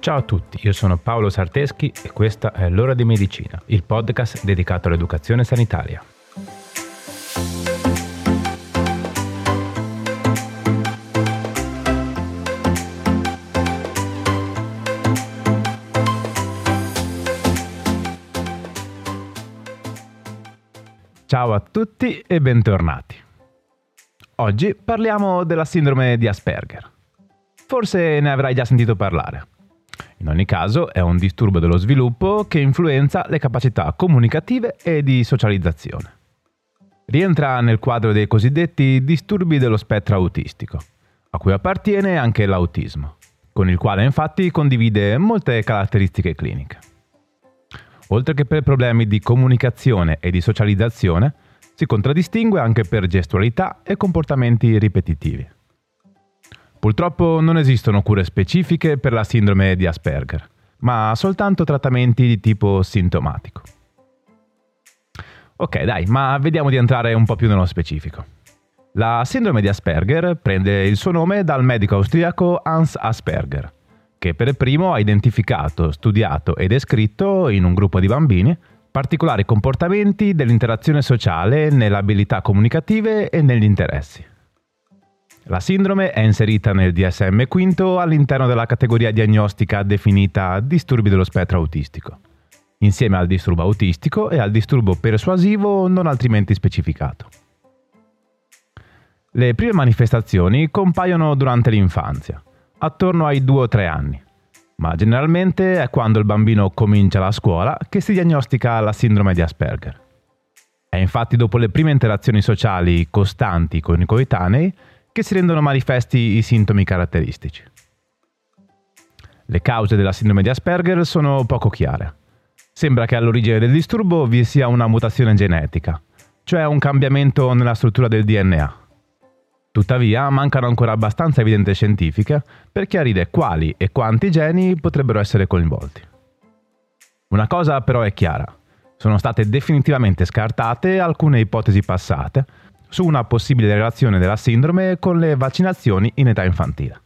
Ciao a tutti, io sono Paolo Sarteschi e questa è L'Ora di Medicina, il podcast dedicato all'educazione sanitaria. Ciao a tutti e bentornati. Oggi parliamo della sindrome di Asperger. Forse ne avrai già sentito parlare. In ogni caso è un disturbo dello sviluppo che influenza le capacità comunicative e di socializzazione. Rientra nel quadro dei cosiddetti disturbi dello spettro autistico, a cui appartiene anche l'autismo, con il quale infatti condivide molte caratteristiche cliniche. Oltre che per problemi di comunicazione e di socializzazione, si contraddistingue anche per gestualità e comportamenti ripetitivi. Purtroppo non esistono cure specifiche per la sindrome di Asperger, ma soltanto trattamenti di tipo sintomatico. Ok, dai, ma vediamo di entrare un po' più nello specifico. La sindrome di Asperger prende il suo nome dal medico austriaco Hans Asperger, che per primo ha identificato, studiato e descritto in un gruppo di bambini particolari comportamenti dell'interazione sociale nelle abilità comunicative e negli interessi. La sindrome è inserita nel DSM-5 all'interno della categoria diagnostica definita disturbi dello spettro autistico, insieme al disturbo autistico e al disturbo persuasivo non altrimenti specificato. Le prime manifestazioni compaiono durante l'infanzia, attorno ai 2 o 3 anni, ma generalmente è quando il bambino comincia la scuola che si diagnostica la sindrome di Asperger. È infatti dopo le prime interazioni sociali costanti con i coetanei che si rendono manifesti i sintomi caratteristici. Le cause della sindrome di Asperger sono poco chiare. Sembra che all'origine del disturbo vi sia una mutazione genetica, cioè un cambiamento nella struttura del DNA. Tuttavia, mancano ancora abbastanza evidenze scientifiche per chiarire quali e quanti geni potrebbero essere coinvolti. Una cosa però è chiara: sono state definitivamente scartate alcune ipotesi passate su una possibile relazione della sindrome con le vaccinazioni in età infantile.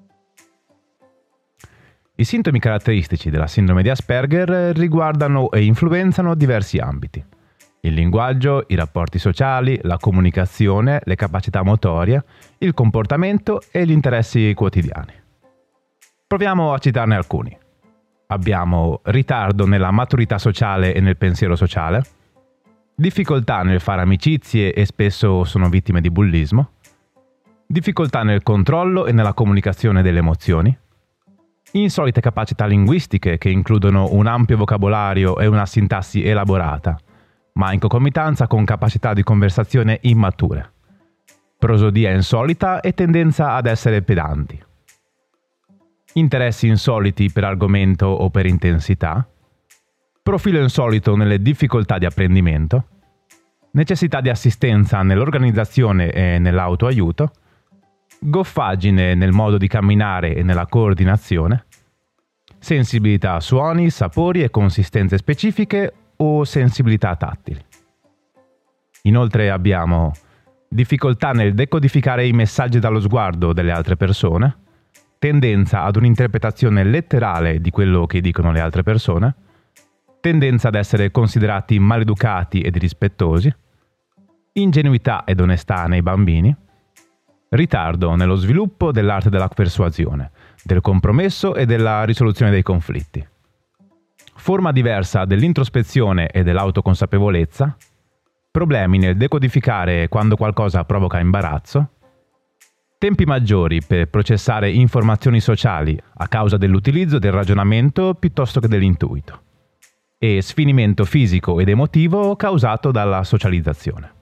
I sintomi caratteristici della sindrome di Asperger riguardano e influenzano diversi ambiti: il linguaggio, i rapporti sociali, la comunicazione, le capacità motorie, il comportamento e gli interessi quotidiani. Proviamo a citarne alcuni. Abbiamo ritardo nella maturità sociale e nel pensiero sociale, difficoltà nel fare amicizie e spesso sono vittime di bullismo, difficoltà nel controllo e nella comunicazione delle emozioni, insolite capacità linguistiche che includono un ampio vocabolario e una sintassi elaborata, ma in concomitanza con capacità di conversazione immature, prosodia insolita e tendenza ad essere pedanti, interessi insoliti per argomento o per intensità, profilo insolito nelle difficoltà di apprendimento, necessità di assistenza nell'organizzazione e nell'autoaiuto, goffaggine nel modo di camminare e nella coordinazione, sensibilità a suoni, sapori e consistenze specifiche o sensibilità tattili. Inoltre abbiamo difficoltà nel decodificare i messaggi dallo sguardo delle altre persone, tendenza ad un'interpretazione letterale di quello che dicono le altre persone, tendenza ad essere considerati maleducati ed irrispettosi, ingenuità ed onestà nei bambini, ritardo nello sviluppo dell'arte della persuasione, del compromesso e della risoluzione dei conflitti, forma diversa dell'introspezione e dell'autoconsapevolezza, problemi nel decodificare quando qualcosa provoca imbarazzo, tempi maggiori per processare informazioni sociali a causa dell'utilizzo del ragionamento piuttosto che dell'intuito, e sfinimento fisico ed emotivo causato dalla socializzazione.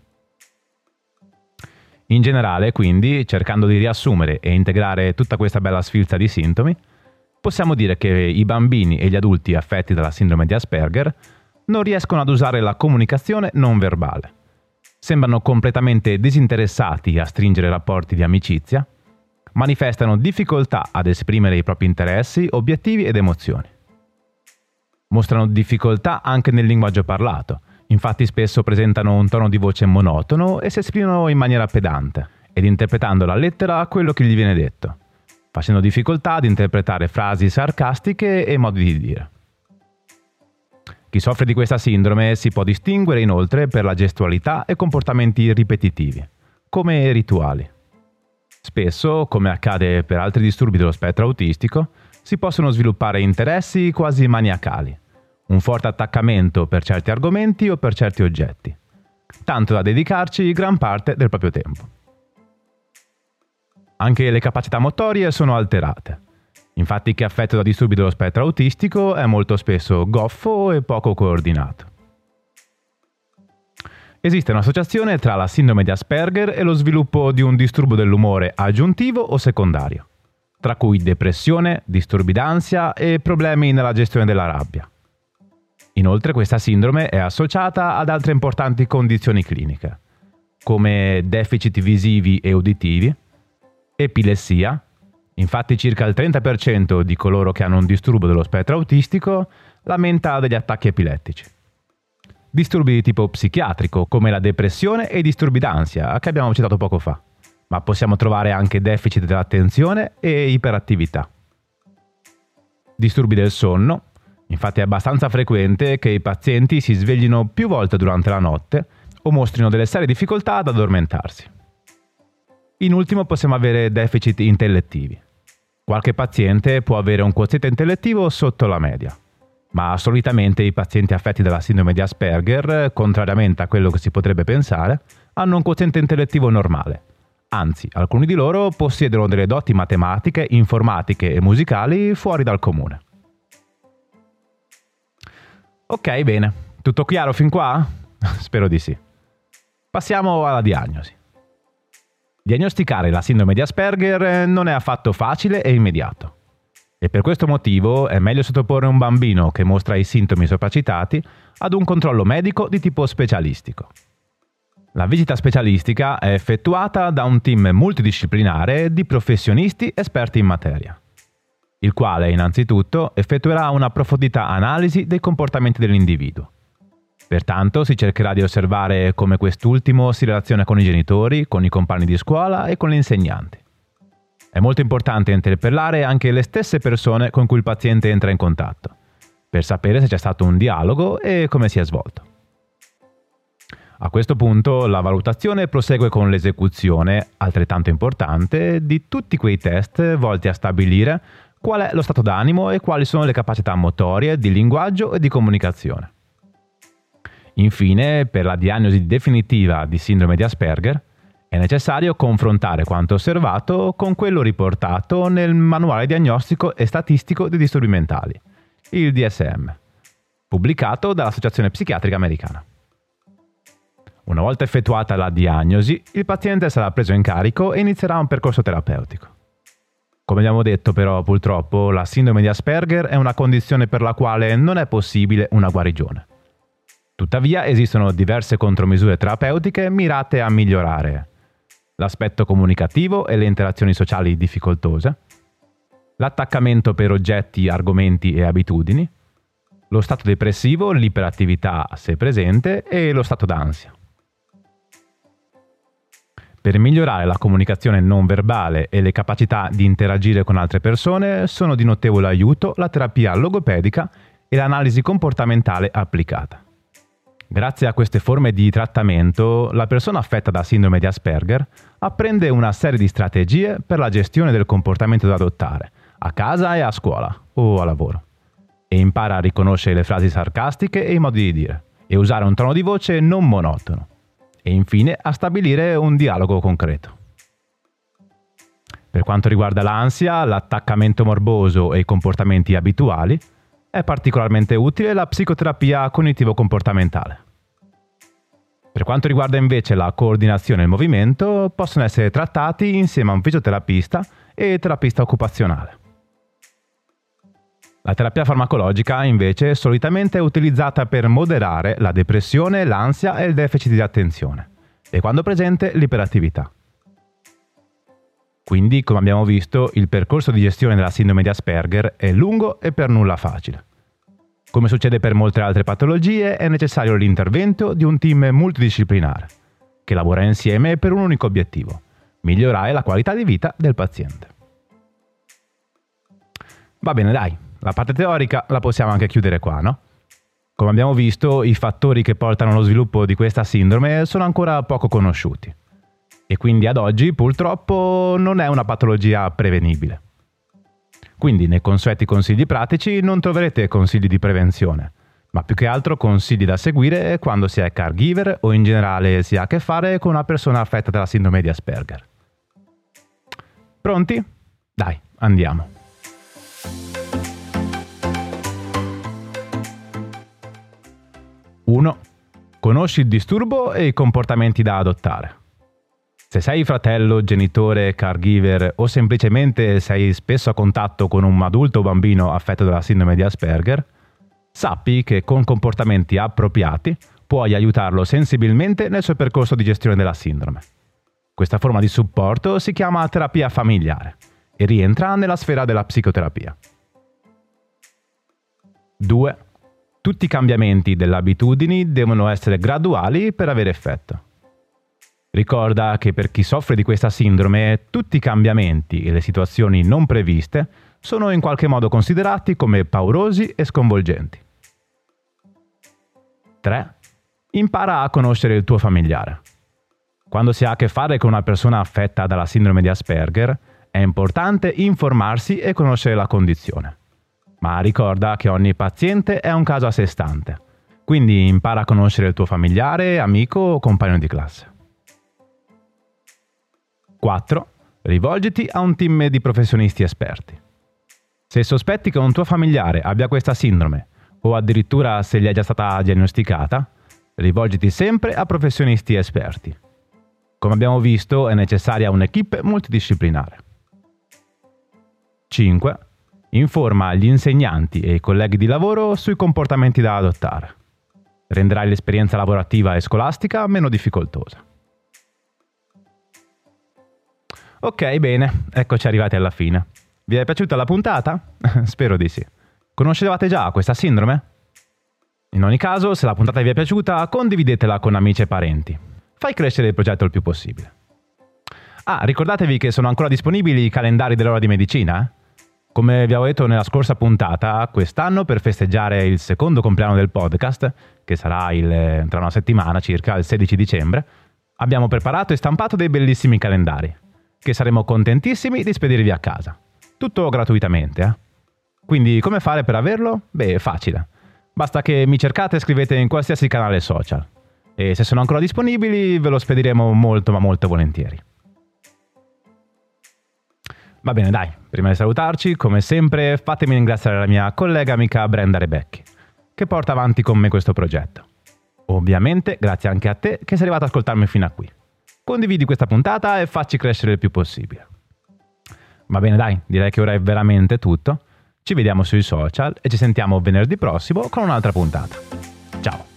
In generale, quindi, cercando di riassumere e integrare tutta questa bella sfilza di sintomi, possiamo dire che i bambini e gli adulti affetti dalla sindrome di Asperger non riescono ad usare la comunicazione non verbale, sembrano completamente disinteressati a stringere rapporti di amicizia, manifestano difficoltà ad esprimere i propri interessi, obiettivi ed emozioni. Mostrano difficoltà anche nel linguaggio parlato, infatti spesso presentano un tono di voce monotono e si esprimono in maniera pedante, ed interpretando la lettera a quello che gli viene detto, facendo difficoltà ad interpretare frasi sarcastiche e modi di dire. Chi soffre di questa sindrome si può distinguere inoltre per la gestualità e comportamenti ripetitivi, come rituali. Spesso, come accade per altri disturbi dello spettro autistico, si possono sviluppare interessi quasi maniacali, un forte attaccamento per certi argomenti o per certi oggetti, tanto da dedicarci gran parte del proprio tempo. Anche le capacità motorie sono alterate. Infatti chi è affetto da disturbi dello spettro autistico è molto spesso goffo e poco coordinato. Esiste un'associazione tra la sindrome di Asperger e lo sviluppo di un disturbo dell'umore aggiuntivo o secondario, tra cui depressione, disturbi d'ansia e problemi nella gestione della rabbia. Inoltre questa sindrome è associata ad altre importanti condizioni cliniche, come deficit visivi e uditivi, epilessia. Infatti circa il 30% di coloro che hanno un disturbo dello spettro autistico lamenta degli attacchi epilettici. Disturbi di tipo psichiatrico come la depressione e i disturbi d'ansia che abbiamo citato poco fa, ma possiamo trovare anche deficit dell'attenzione e iperattività. Disturbi del sonno. Infatti è abbastanza frequente che i pazienti si sveglino più volte durante la notte o mostrino delle serie difficoltà ad addormentarsi. In ultimo possiamo avere deficit intellettivi. Qualche paziente può avere un quoziente intellettivo sotto la media, ma solitamente i pazienti affetti dalla sindrome di Asperger, contrariamente a quello che si potrebbe pensare, hanno un quoziente intellettivo normale. Anzi, alcuni di loro possiedono delle doti matematiche, informatiche e musicali fuori dal comune. Ok, bene. Tutto chiaro fin qua? Spero di sì. Passiamo alla diagnosi. Diagnosticare la sindrome di Asperger non è affatto facile e immediato. E per questo motivo è meglio sottoporre un bambino che mostra i sintomi sopracitati ad un controllo medico di tipo specialistico. La visita specialistica è effettuata da un team multidisciplinare di professionisti esperti in materia, il quale innanzitutto effettuerà un'approfondita analisi dei comportamenti dell'individuo. Pertanto si cercherà di osservare come quest'ultimo si relaziona con i genitori, con i compagni di scuola e con gli insegnanti. È molto importante interpellare anche le stesse persone con cui il paziente entra in contatto, per sapere se c'è stato un dialogo e come si è svolto. A questo punto la valutazione prosegue con l'esecuzione, altrettanto importante, di tutti quei test volti a stabilire qual è lo stato d'animo e quali sono le capacità motorie, di linguaggio e di comunicazione. Infine, per la diagnosi definitiva di sindrome di Asperger, è necessario confrontare quanto osservato con quello riportato nel Manuale diagnostico e statistico dei disturbi mentali, il DSM, pubblicato dall'Associazione Psichiatrica Americana. Una volta effettuata la diagnosi, il paziente sarà preso in carico e inizierà un percorso terapeutico. Come abbiamo detto però, purtroppo, la sindrome di Asperger è una condizione per la quale non è possibile una guarigione. Tuttavia esistono diverse contromisure terapeutiche mirate a migliorare l'aspetto comunicativo e le interazioni sociali difficoltose, l'attaccamento per oggetti, argomenti e abitudini, lo stato depressivo, l'iperattività se presente e lo stato d'ansia. Per migliorare la comunicazione non verbale e le capacità di interagire con altre persone sono di notevole aiuto la terapia logopedica e l'analisi comportamentale applicata. Grazie a queste forme di trattamento, la persona affetta da sindrome di Asperger apprende una serie di strategie per la gestione del comportamento da adottare, a casa e a scuola o a lavoro, e impara a riconoscere le frasi sarcastiche e i modi di dire, e usare un tono di voce non monotono, e infine a stabilire un dialogo concreto. Per quanto riguarda l'ansia, l'attaccamento morboso e i comportamenti abituali, è particolarmente utile la psicoterapia cognitivo-comportamentale. Per quanto riguarda invece la coordinazione e il movimento, possono essere trattati insieme a un fisioterapista e terapista occupazionale. La terapia farmacologica, invece, solitamente è utilizzata per moderare la depressione, l'ansia e il deficit di attenzione, e quando presente l'iperattività. Quindi, come abbiamo visto, il percorso di gestione della sindrome di Asperger è lungo e per nulla facile. Come succede per molte altre patologie, è necessario l'intervento di un team multidisciplinare, che lavora insieme per un unico obiettivo: migliorare la qualità di vita del paziente. Va bene, dai, la parte teorica la possiamo anche chiudere qua, no? Come abbiamo visto, i fattori che portano allo sviluppo di questa sindrome sono ancora poco conosciuti e quindi ad oggi purtroppo non è una patologia prevenibile. Quindi nei consueti consigli pratici non troverete consigli di prevenzione, ma più che altro consigli da seguire quando si è caregiver o in generale si ha a che fare con una persona affetta dalla sindrome di Asperger. Pronti? Dai, andiamo. 1. Conosci il disturbo e i comportamenti da adottare. Se sei fratello, genitore, caregiver o semplicemente sei spesso a contatto con un adulto o bambino affetto dalla sindrome di Asperger, sappi che con comportamenti appropriati puoi aiutarlo sensibilmente nel suo percorso di gestione della sindrome. Questa forma di supporto si chiama terapia familiare e rientra nella sfera della psicoterapia. 2. Tutti i cambiamenti delle abitudini devono essere graduali per avere effetto. Ricorda che per chi soffre di questa sindrome, tutti i cambiamenti e le situazioni non previste sono in qualche modo considerati come paurosi e sconvolgenti. 3. Impara a conoscere il tuo familiare. Quando si ha a che fare con una persona affetta dalla sindrome di Asperger, è importante informarsi e conoscere la condizione. Ma ricorda che ogni paziente è un caso a sé stante, quindi impara a conoscere il tuo familiare, amico o compagno di classe. 4. Rivolgiti a un team di professionisti esperti. Se sospetti che un tuo familiare abbia questa sindrome o addirittura se gli è già stata diagnosticata, rivolgiti sempre a professionisti esperti. Come abbiamo visto, è necessaria un'equipe multidisciplinare. 5. Informa gli insegnanti e i colleghi di lavoro sui comportamenti da adottare. Renderai l'esperienza lavorativa e scolastica meno difficoltosa. Ok, bene, eccoci arrivati alla fine. Vi è piaciuta la puntata? Spero di sì. Conoscevate già questa sindrome? In ogni caso, se la puntata vi è piaciuta, condividetela con amici e parenti. Fai crescere il progetto il più possibile. Ah, ricordatevi che sono ancora disponibili i calendari dell'ora di medicina? Come vi avevo detto nella scorsa puntata, quest'anno per festeggiare il secondo compleanno del podcast, che sarà tra una settimana circa, il 16 dicembre, abbiamo preparato e stampato dei bellissimi calendari, che saremo contentissimi di spedirvi a casa. Tutto gratuitamente, Quindi come fare per averlo? Beh, è facile. Basta che mi cercate e scrivete in qualsiasi canale social. E se sono ancora disponibili ve lo spediremo molto ma molto volentieri. Va bene, dai, prima di salutarci, come sempre, fatemi ringraziare la mia collega amica Brenda Rebecchi, che porta avanti con me questo progetto. Ovviamente, grazie anche a te che sei arrivato ad ascoltarmi fino a qui. Condividi questa puntata e facci crescere il più possibile. Va bene, dai, direi che ora è veramente tutto. Ci vediamo sui social e ci sentiamo venerdì prossimo con un'altra puntata. Ciao!